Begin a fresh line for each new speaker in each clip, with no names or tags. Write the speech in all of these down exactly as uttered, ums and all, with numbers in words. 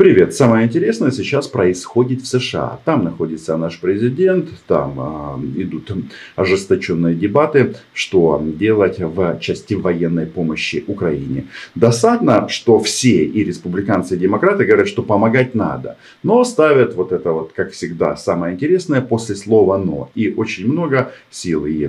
Привет. Самое интересное сейчас происходит в США. Там находится наш президент, там э, идут ожесточенные дебаты, что делать в части военной помощи Украине. Досадно, что все, и республиканцы, и демократы, говорят, что помогать надо. Но ставят вот это вот, как всегда, самое интересное после слова «но». И очень много сил и э,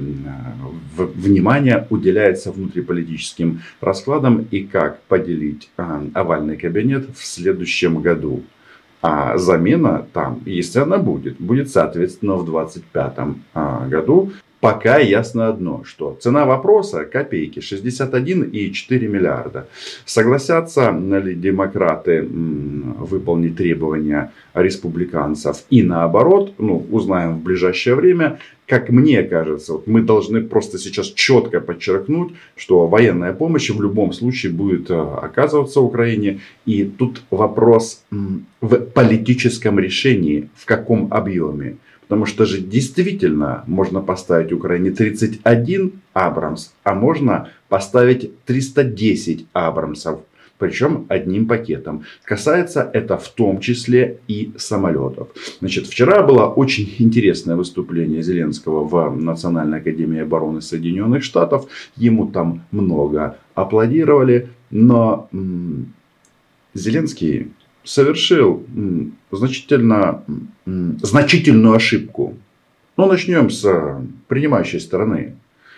внимания уделяется внутриполитическим раскладам и как поделить э, овальный кабинет в следующем году. А замена там, если она будет, будет соответственно в двадцать пятом а, году. Пока ясно одно, что цена вопроса копейки, шестьдесят один и четыре миллиарда. Согласятся ли демократы м, выполнить требования республиканцев и наоборот, ну, узнаем в ближайшее время. Как мне кажется, вот мы должны просто сейчас четко подчеркнуть, что военная помощь в любом случае будет оказываться Украине. И тут вопрос м, в политическом решении, в каком объеме. Потому что же действительно можно поставить Украине тридцать один Абрамс, а можно поставить триста десять Абрамсов. Причем одним пакетом. Касается это в том числе и самолетов. Значит, вчера было очень интересное выступление Зеленского в Национальной академии обороны Соединенных Штатов. Ему там много аплодировали. Но м- Зеленский совершил м- значительно, м- значительную ошибку. Ну, начнем с принимающей стороны.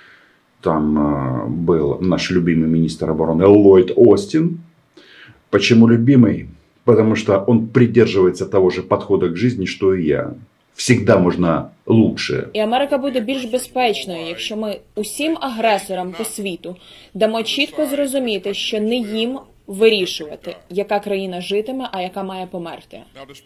Там э, был наш любимый министр обороны Ллойд Остин. Почему любимый? Потому что он придерживается того же подхода к жизни, что и я. Всегда можна лучше.
І Америка буде більш безпечною, якщо ми усім агресорам по світу дамо чітко зрозуміти, що не їм вирішувати, яка країна житиме, а яка має померти.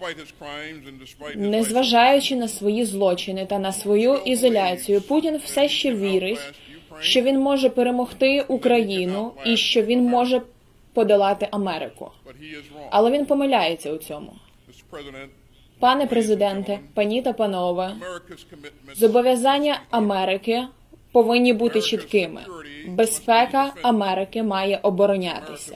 Незважаючи на свої злочини та на свою ізоляцію, Путін все ще вірить, що він може перемогти Україну і що він може подолати Америку. Але він помиляється у цьому. Пане президенте, пані та панове, зобов'язання Америки повинні бути чіткими. Безпека Америки має оборонятися.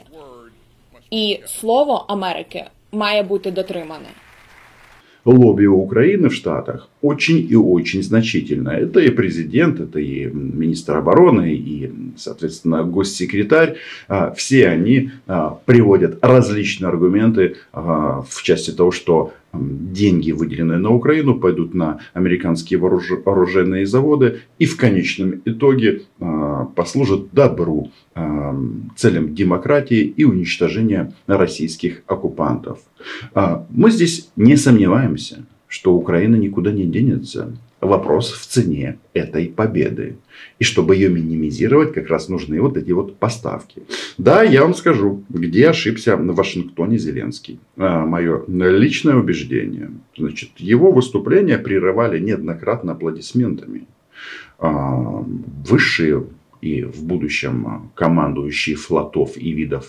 І слово Америки має бути дотримане.
Лобби у Украины в Штатах очень и очень значительно. Это и президент, это и министр обороны, и, соответственно, госсекретарь. Все они приводят различные аргументы в части того, что деньги, выделенные на Украину, пойдут на американские оружейные заводы и в конечном итоге послужат добру, целям демократии и уничтожения российских оккупантов. Мы здесь не сомневаемся, что Украина никуда не денется. Вопрос в цене этой победы. И чтобы ее минимизировать, как раз нужны вот эти вот поставки. Да, я вам скажу, где ошибся в Вашингтоне Зеленский. А, мое личное убеждение. Значит, его выступления прерывали неоднократно аплодисментами. А, высшие и в будущем командующие флотов и видов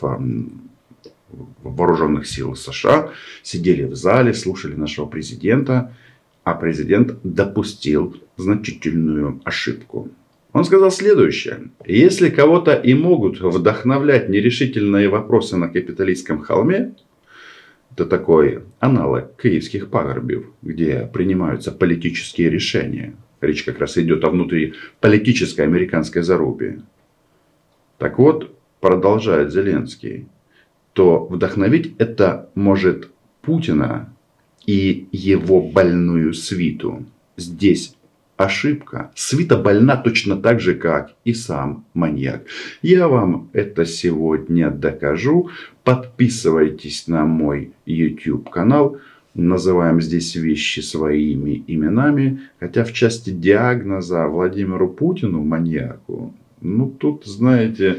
вооруженных сил США сидели в зале, слушали нашего президента. А президент допустил значительную ошибку. Он сказал следующее. Если кого-то и могут вдохновлять нерешительные вопросы на Капитолийском холме, это такой аналог киевских пагорбів, где принимаются политические решения. Речь как раз идет о внутриполитической американской зарубе. Так вот, продолжает Зеленский, то вдохновить это может Путина и его больную свиту. Здесь ошибка. Свита больна точно так же, как и сам маньяк. Я вам это сегодня докажу. Подписывайтесь на мой YouTube канал. Называем здесь вещи своими именами. Хотя в части диагноза Владимиру Путину, маньяку, ну тут, знаете,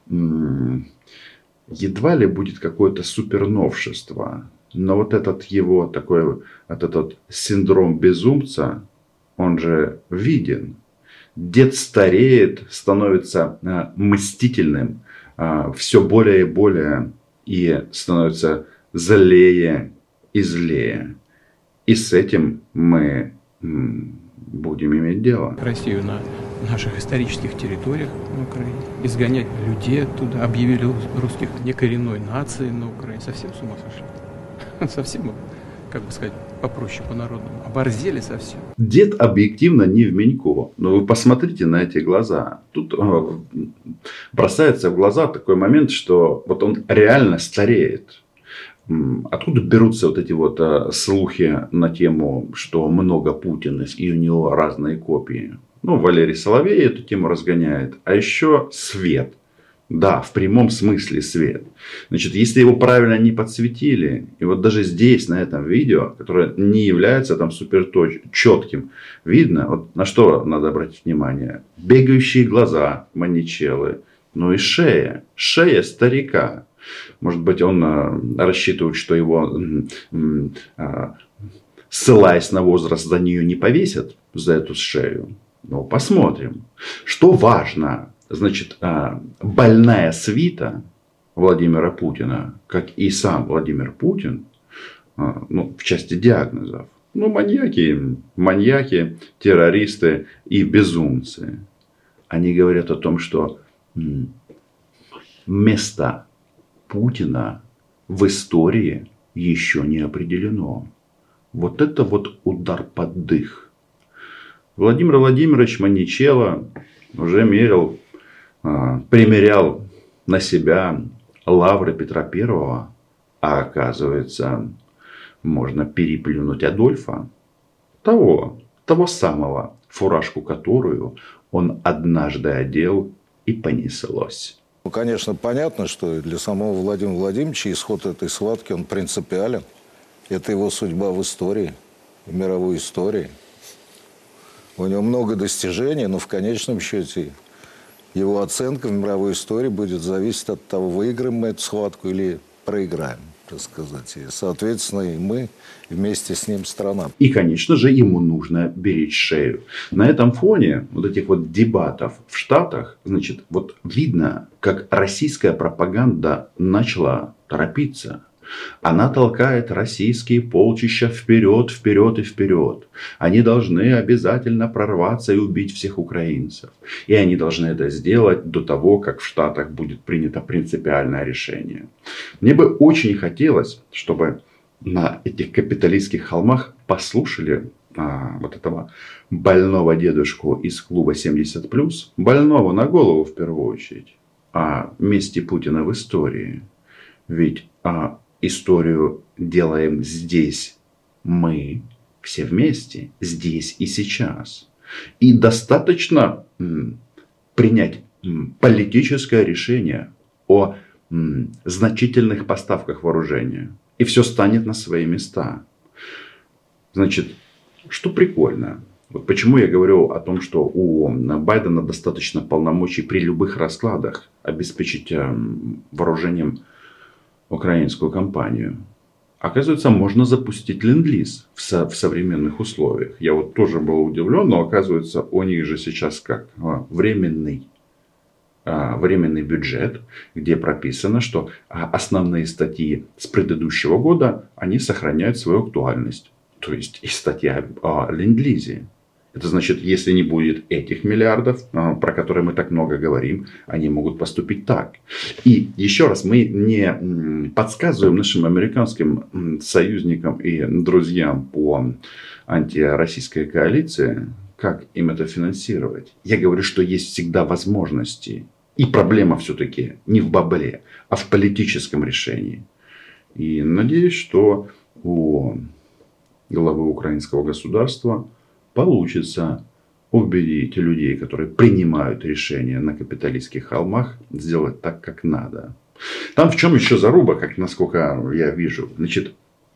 едва ли будет какое-то суперновшество. Но вот этот его такой, вот этот синдром безумца, он же виден. Дед стареет, становится мстительным, все более и более, и становится злее и злее. И с этим мы будем иметь дело.
Россию на наших исторических территориях на Украине, изгонять людей оттуда, объявили русских некоренной нацией на Украине. Совсем с ума сошли. совсем, как бы сказать, попроще, по-народному. Оборзели совсем.
Дед объективно не в Менько. Но вы посмотрите на эти глаза. Тут э, бросается в глаза такой момент, что вот он реально стареет. Откуда берутся вот эти вот э, слухи на тему, что много Путина и у него разные копии? Ну, Валерий Соловей эту тему разгоняет. А еще свет. Да, в прямом смысле свет. Значит, если его правильно не подсветили, и вот даже здесь, на этом видео, которое не является там супер четким, видно, вот на что надо обратить внимание. Бегающие глаза Маничеллы, ну и шея, шея старика. Может быть, он а, рассчитывает, что его, а, ссылаясь на возраст, за нее не повесят, за эту шею. Ну, посмотрим. Что важно. Значит, больная свита Владимира Путина, как и сам Владимир Путин, ну, в части диагнозов, ну, маньяки, маньяки, террористы и безумцы. Они говорят о том, что место Путина в истории еще не определено. Вот это вот удар под дых. Владимир Владимирович Маничелло уже мерил, примерял на себя лавры Петра Первого, а оказывается, можно переплюнуть Адольфа, того, того самого, фуражку которую он однажды одел и понеслось.
Ну, конечно, понятно, что для самого Владимира Владимировича исход этой схватки, он принципиален. Это его судьба в истории, в мировой истории. У него много достижений, но в конечном счете его оценка в мировой истории будет зависеть от того, выиграем мы эту схватку или проиграем, так сказать. И, соответственно, и мы вместе с ним страна.
И, конечно же, ему нужно беречь шею. На этом фоне вот этих вот дебатов в Штатах, значит, вот видно, как российская пропаганда начала торопиться. Она толкает российские полчища вперед, вперед и вперед. Они должны обязательно прорваться и убить всех украинцев. И они должны это сделать до того, как в Штатах будет принято принципиальное решение. Мне бы очень хотелось, чтобы на этих капиталистских холмах послушали а, вот этого больного дедушку из клуба семьдесят плюс. Больного на голову в первую очередь. О месте Путина в истории. Ведь... А, историю делаем здесь мы, все вместе, здесь и сейчас. И достаточно м, принять м, политическое решение о м, значительных поставках вооружения. И все станет на свои места. Значит, что прикольно. Вот почему я говорю о том, что у Байдена достаточно полномочий при любых раскладах обеспечить э, вооружением украинскую кампанию. Оказывается, можно запустить ленд-лиз в, со, в современных условиях. Я вот тоже был удивлен, но оказывается, у них же сейчас как? Временный, а, временный бюджет, где прописано, что основные статьи с предыдущего года, они сохраняют свою актуальность. То есть и статья о ленд-лизе. Это значит, если не будет этих миллиардов, про которые мы так много говорим, они могут поступить так. И еще раз, мы не подсказываем нашим американским союзникам и друзьям по антироссийской коалиции, как им это финансировать. Я говорю, что есть всегда возможности. И проблема все-таки не в бабле, а в политическом решении. И надеюсь, что у главы украинского государства получится убедить людей, которые принимают решения на капиталистских холмах, сделать так, как надо. Там в чем еще заруба, как насколько я вижу. Значит,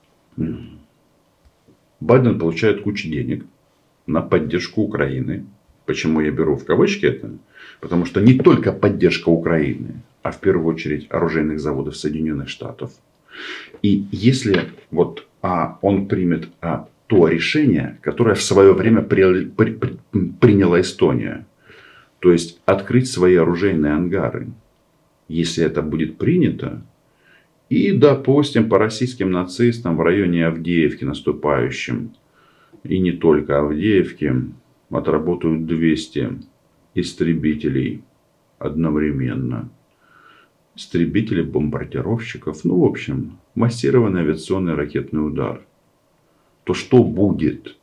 Байден получает кучу денег на поддержку Украины. Почему я беру в кавычки это? Потому что не только поддержка Украины, а в первую очередь оружейных заводов Соединенных Штатов. И если вот а, он примет а, то решение, которое в свое время при, при, при, приняла Эстония. То есть открыть свои оружейные ангары. Если это будет принято. И, допустим, по российским нацистам в районе Авдеевки наступающим. И не только Авдеевки. Отработают двести истребителей одновременно. Истребителей, бомбардировщиков. Ну, в общем, массированный авиационный ракетный удар, то что будет?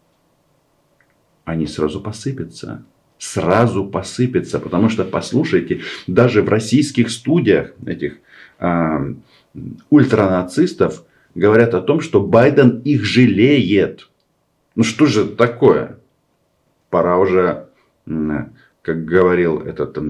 Они сразу посыпятся. Сразу посыпятся. Потому что, послушайте, даже в российских студиях этих э, ультранацистов говорят о том, что Байден их жалеет. Ну что же это такое? Пора уже, как говорил этот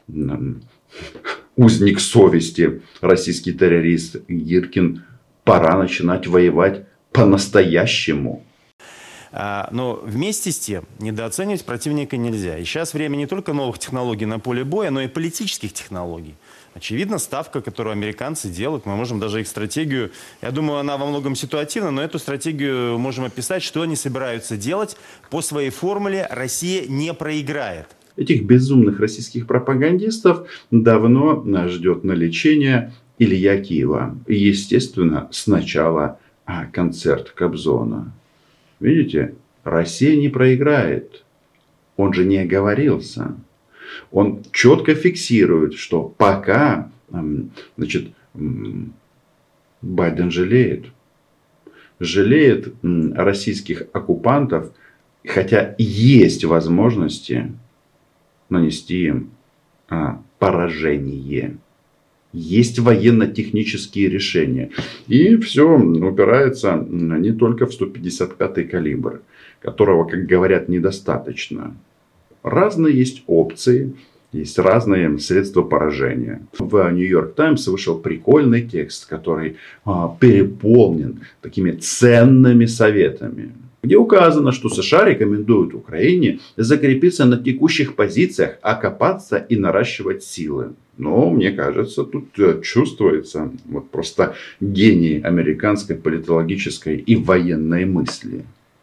узник совести, российский террорист Гиркин, пора начинать воевать по-настоящему.
Но вместе с тем недооценивать противника нельзя. И сейчас время не только новых технологий на поле боя, но и политических технологий. Очевидно, ставка, которую американцы делают, мы можем даже их стратегию, я думаю, она во многом ситуативна, но эту стратегию можем описать, что они собираются делать. По своей формуле Россия не проиграет.
Этих безумных российских пропагандистов давно ждет на лечение Илья Кива. И, естественно, сначала концерт Кобзона. Видите, Россия не проиграет. Он же не оговорился. Он четко фиксирует, что пока, значит, Байден жалеет. Жалеет российских оккупантов, хотя есть возможности нанести им поражение. Есть военно-технические решения. И все упирается не только в сто пятьдесят пятый калибр, которого, как говорят, недостаточно. Разные есть опции, есть разные средства поражения. В Нью-Йорк Таймс вышел прикольный текст, который а, переполнен такими ценными советами. Где указано, что США рекомендуют Украине закрепиться на текущих позициях, окопаться и наращивать силы. Но, мне кажется, тут чувствуется вот просто гений американской политологической и военной мысли.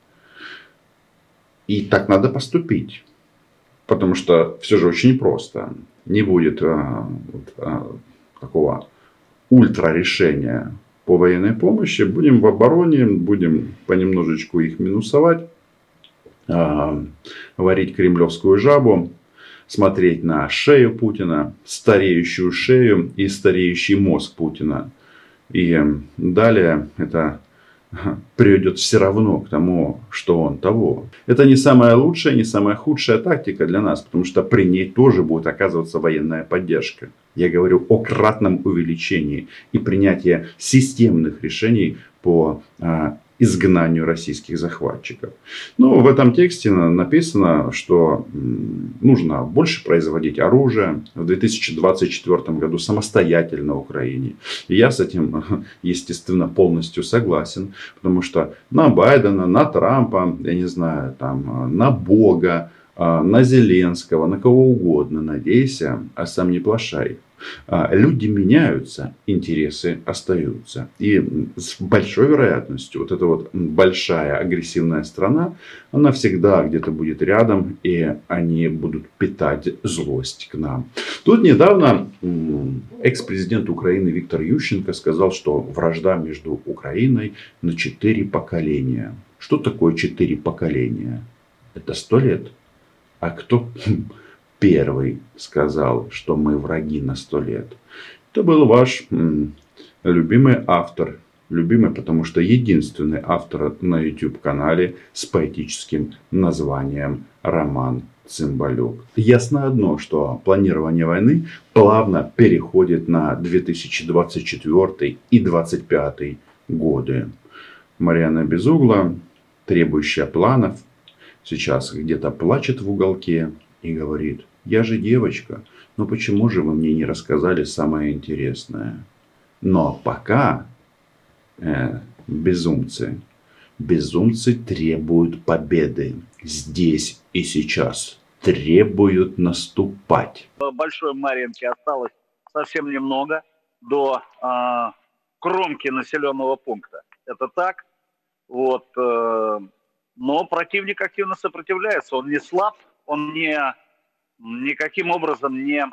И так надо поступить. Потому что все же очень просто. Не будет а, вот, а, такого ультра-решения по военной помощи. Будем в обороне, будем понемножечку их минусовать, а, варить кремлевскую жабу, смотреть на шею Путина, стареющую шею и стареющий мозг Путина. И далее это приведет все равно к тому, что он того. Это не самая лучшая, не самая худшая тактика для нас, потому что при ней тоже будет оказываться военная поддержка. Я говорю о кратном увеличении и принятии системных решений по а, изгнанию российских захватчиков. Ну, в этом тексте написано, что нужно больше производить оружие в две тысячи двадцать четвёртом году самостоятельно в Украине. И я с этим, естественно, полностью согласен, потому что на Байдена, на Трампа, я не знаю, там, на Бога, на Зеленского, на кого угодно надейся, а сам не плашай. Люди меняются, интересы остаются. И с большой вероятностью вот эта вот большая агрессивная страна, она всегда где-то будет рядом, и они будут питать злость к нам. Тут недавно экс-президент Украины Виктор Ющенко сказал, что вражда между Украиной на четыре поколения. Что такое четыре поколения? Это сто лет. А кто первый сказал, что мы враги на сто лет? Это был ваш м, любимый автор. Любимый, потому что единственный автор на YouTube-канале с поэтическим названием Роман Цымбалюк. Ясно одно, что планирование войны плавно переходит на две тысячи двадцать четвёртый и две тысячи двадцать пятый годы. Марьяна Безугла, требующая планов, сейчас где-то плачет в уголке и говорит: я же девочка, но почему же вы мне не рассказали самое интересное? Но пока э, безумцы, безумцы требуют победы здесь и сейчас, требуют наступать.
Большой Марьинке осталось совсем немного до э, кромки населенного пункта. Это так. Вот, э, но противник активно сопротивляется. Он не слаб, он не, никаким образом не,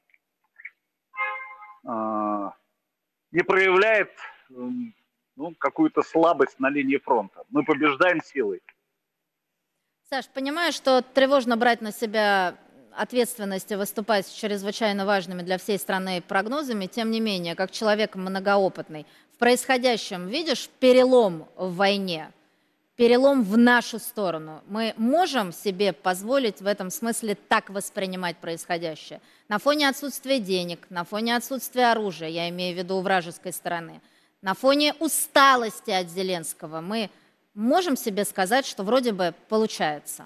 э, не проявляет э, ну, какую-то слабость на линии фронта. Мы побеждаем силой.
Саш, понимаю, что тревожно брать на себя ответственности выступать с чрезвычайно важными для всей страны прогнозами, тем не менее, как человек многоопытный, в происходящем видишь перелом в войне, перелом в нашу сторону? Мы можем себе позволить в этом смысле так воспринимать происходящее? На фоне отсутствия денег, на фоне отсутствия оружия, я имею в виду у вражеской стороны, на фоне усталости от Зеленского, мы можем себе сказать, что вроде бы получается?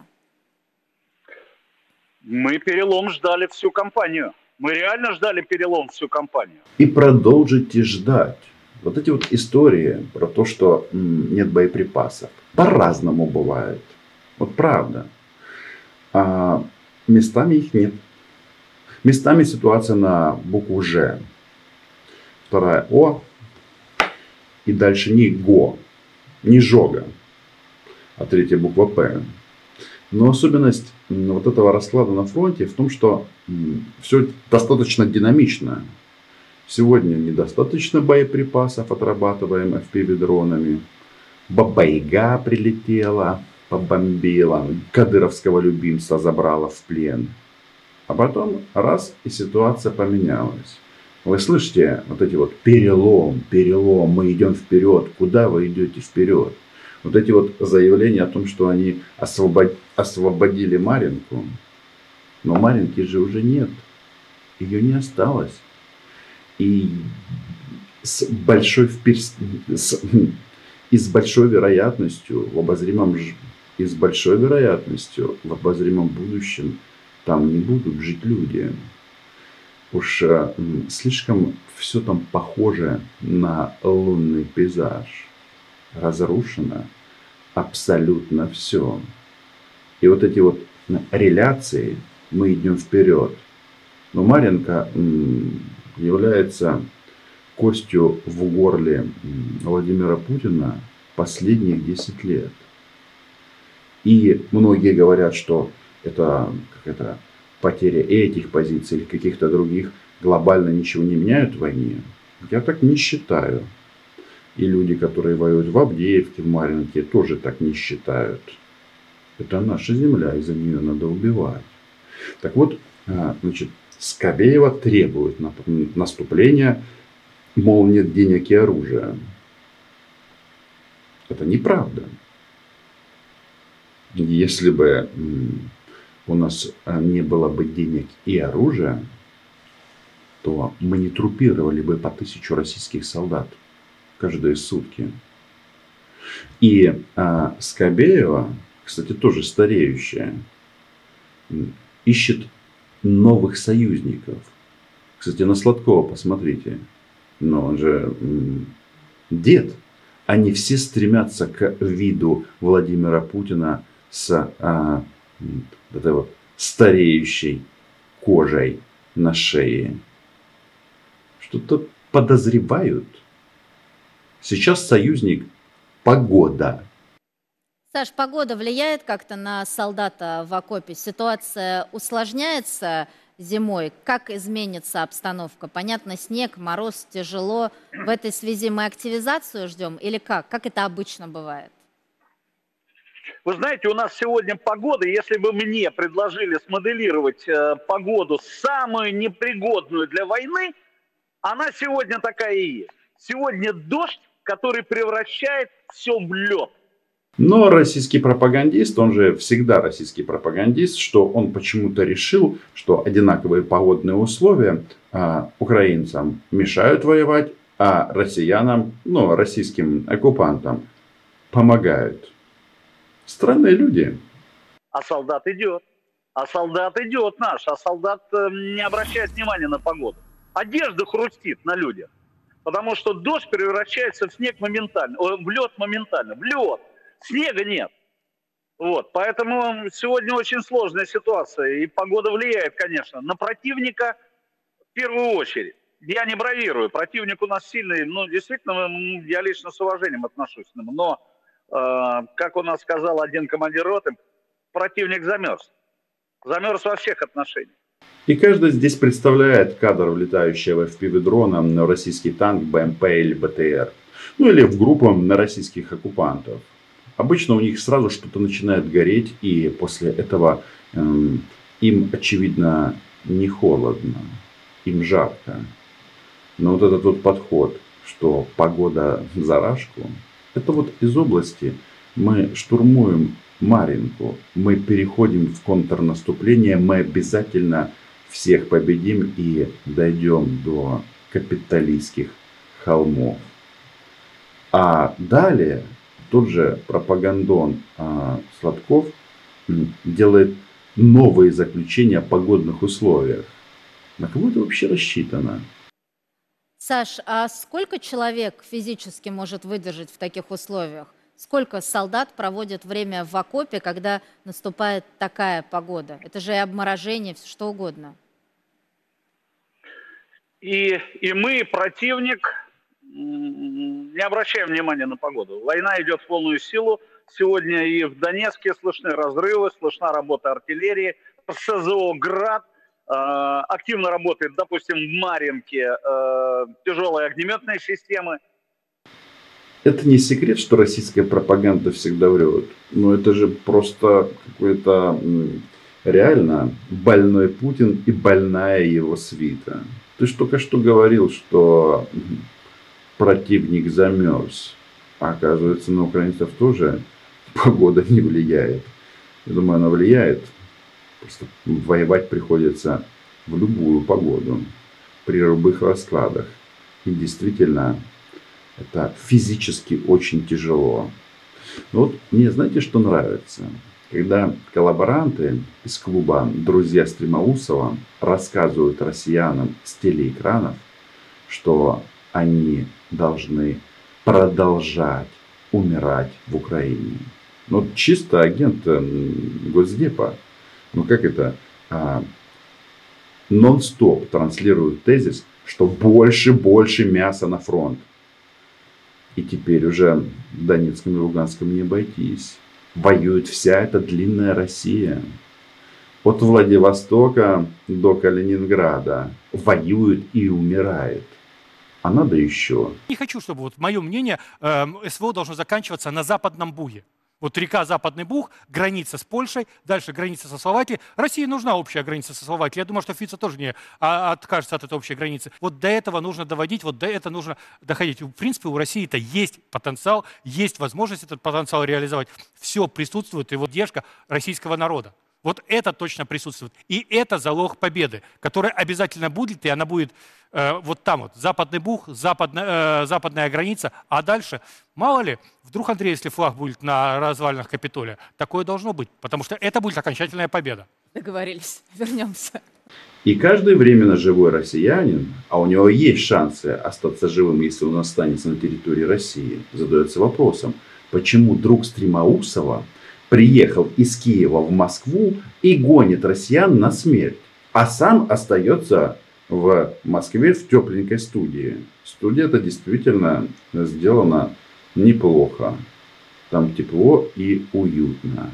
Мы перелом ждали всю кампанию. Мы реально ждали перелом всю кампанию.
И продолжите ждать. Вот эти вот истории про то, что м, нет боеприпасов, по-разному бывает. Вот правда. А местами их нет. Местами ситуация на букву Ж. Вторая О. И дальше не ГО, не ЖОГа, а третья буква П. Но особенность вот этого расклада на фронте в том, что все достаточно динамично. Сегодня недостаточно боеприпасов, отрабатываем эф пи ви-дронами. Баба-Яга прилетела, побомбила, кадыровского любимца забрала в плен. А потом раз, и ситуация поменялась. Вы слышите вот эти вот перелом, перелом, мы идем вперед. Куда вы идете вперед? Вот эти вот заявления о том, что они освобод... освободили Марьинку. Но Марьинки же уже нет. Ее не осталось. И с большой, впер... с... и с большой вероятностью в обозримом и с большой вероятностью в обозримом будущем там не будут жить люди. Уж э, слишком все там похоже на лунный пейзаж. Разрушено абсолютно все. И вот эти вот реляции, мы идем вперед. Но Марьинка м, является костью в горле Владимира Путина последних десять лет. И многие говорят, что это какая-то потеря этих позиций или каких-то других глобально ничего не меняют в войне. Я так не считаю. И люди, которые воюют в Авдеевке, в Марьинке, тоже так не считают. Это наша земля, и за нее надо убивать. Так вот, значит, Скобеева требует наступления, мол, нет денег и оружия. Это неправда. Если бы у нас не было бы денег и оружия, то мы не трупировали бы по тысячу российских солдат каждые сутки. И а, Скобеева, кстати, тоже стареющая, ищет новых союзников. Кстати, на Сладкова посмотрите. Но он же м, дед. Они все стремятся к виду Владимира Путина с а, вот этой вот стареющей кожей на шее. Что-то подозревают. Сейчас союзник погода.
Саш, погода влияет как-то на солдата в окопе? Ситуация усложняется зимой? Как изменится обстановка? Понятно, снег, мороз, тяжело. В этой связи мы активизацию ждем или как? Как это обычно бывает?
Вы знаете, у нас сегодня погода, если бы мне предложили смоделировать э, погоду самую непригодную для войны, она сегодня такая и есть. Сегодня дождь, который превращает все в лед.
Но российский пропагандист, он же всегда российский пропагандист, что он почему-то решил, что одинаковые погодные условия а, украинцам мешают воевать, а россиянам, ну, российским оккупантам помогают. Странные люди.
А солдат идет. А солдат идет наш. А солдат э, не обращает внимания на погоду. Одежда хрустит на людях. Потому что дождь превращается в снег моментально. В лед моментально. В лед. Снега нет. Вот. Поэтому сегодня очень сложная ситуация. И погода влияет, конечно, на противника в первую очередь. Я не бравирую. Противник у нас сильный. Ну, действительно, я лично с уважением отношусь к нему. Но, э, как у нас сказал один командир роты, противник замерз. Замерз во всех отношениях.
И каждый здесь представляет кадр влетающего в эф пи ви-дрона на российский танк, бэ эм пэ или бэ тэ эр. Ну или в группу на российских оккупантов. Обычно у них сразу что-то начинает гореть, и после этого эм, Им, очевидно, не холодно, им жарко. Но вот этот вот подход, что погода за рашку, это вот из области мы штурмуем Марьинку, мы переходим в контрнаступление, мы обязательно всех победим и дойдем до капиталистских холмов. А далее тот же пропагандон а, Сладков м, делает новые заключения о погодных условиях. На кого это вообще рассчитано?
Саш, а сколько человек физически может выдержать в таких условиях? Сколько солдат проводит время в окопе, когда наступает такая погода? Это же и обморожение, все что угодно.
И, и мы, противник, не обращаем внимания на погоду. Война идет в полную силу. Сегодня и в Донецке слышны разрывы, слышна работа артиллерии. ПСЗО «Град» э, активно работает, допустим, в Марьинке э, тяжелые огнеметные системы.
Это не секрет, что российская пропаганда всегда врет. Но это же просто какой-то м, реально больной Путин и больная его свита. Ты ж только что говорил, что противник замерз. А оказывается, на украинцев тоже погода не влияет. Я думаю, она влияет. Просто воевать приходится в любую погоду, при любых раскладах. И действительно, это физически очень тяжело. Но вот мне знаете, что нравится? Когда коллаборанты из клуба «Друзья Стремоусова» рассказывают россиянам с телеэкранов, что они должны продолжать умирать в Украине. Ну, чисто агент Госдепа. Ну, как это? А, нон-стоп транслирует тезис, что больше, больше мяса на фронт. И теперь уже Донецком и Луганском не обойтись. Воюет вся эта длинная Россия. От Владивостока до Калининграда воюет и умирает. А надо еще.
Не хочу, чтобы, вот мое мнение, э, СВО должно заканчиваться на Западном Буге. Вот река Западный Буг, граница с Польшей, дальше граница со Словакией. России нужна общая граница со Словакией. Я думаю, что Фица тоже не а, откажется от этой общей границы. Вот до этого нужно доводить, вот до этого нужно доходить. В принципе, у России-то есть потенциал, есть возможность этот потенциал реализовать. Все присутствует, и вот поддержка российского народа. Вот это точно присутствует. И это залог победы, которая обязательно будет, и она будет э, вот там вот, Западный Буг, западная, э, западная граница, а дальше, мало ли, вдруг, Андрей, если флаг будет на развалинах Капитолия, такое должно быть, потому что это будет окончательная победа.
Договорились. Вернемся.
И каждый временно живой россиянин, а у него есть шансы остаться живым, если он останется на территории России, задается вопросом, почему друг Стремоусова приехал из Киева в Москву и гонит россиян на смерть, а сам остается в Москве в тепленькой студии. Студия-то действительно сделана неплохо. Там тепло и уютно.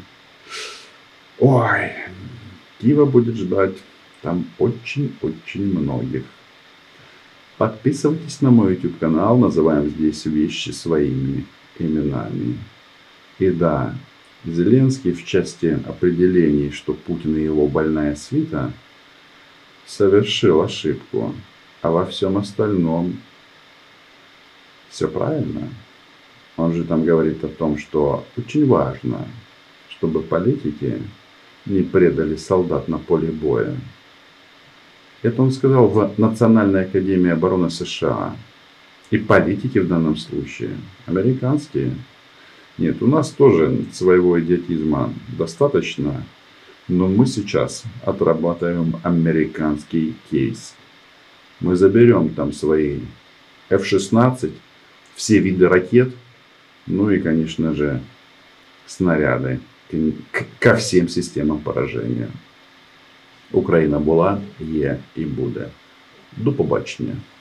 Ой, Киева будет ждать там очень-очень многих. Подписывайтесь на мой YouTube канал, называем здесь вещи своими именами. И да, Зеленский в части определений, что Путин и его больная свита, совершил ошибку. А во всем остальном все правильно. Он же там говорит о том, что очень важно, чтобы политики не предали солдат на поле боя. Это он сказал в Национальной академии обороны США. И политики в данном случае американские. Нет, у нас тоже своего идиотизма достаточно, но мы сейчас отрабатываем американский кейс. Мы заберем там свои эф шестнадцать, все виды ракет, ну и, конечно же, снаряды ко всем системам поражения. Україна була, є і буде. До побачення.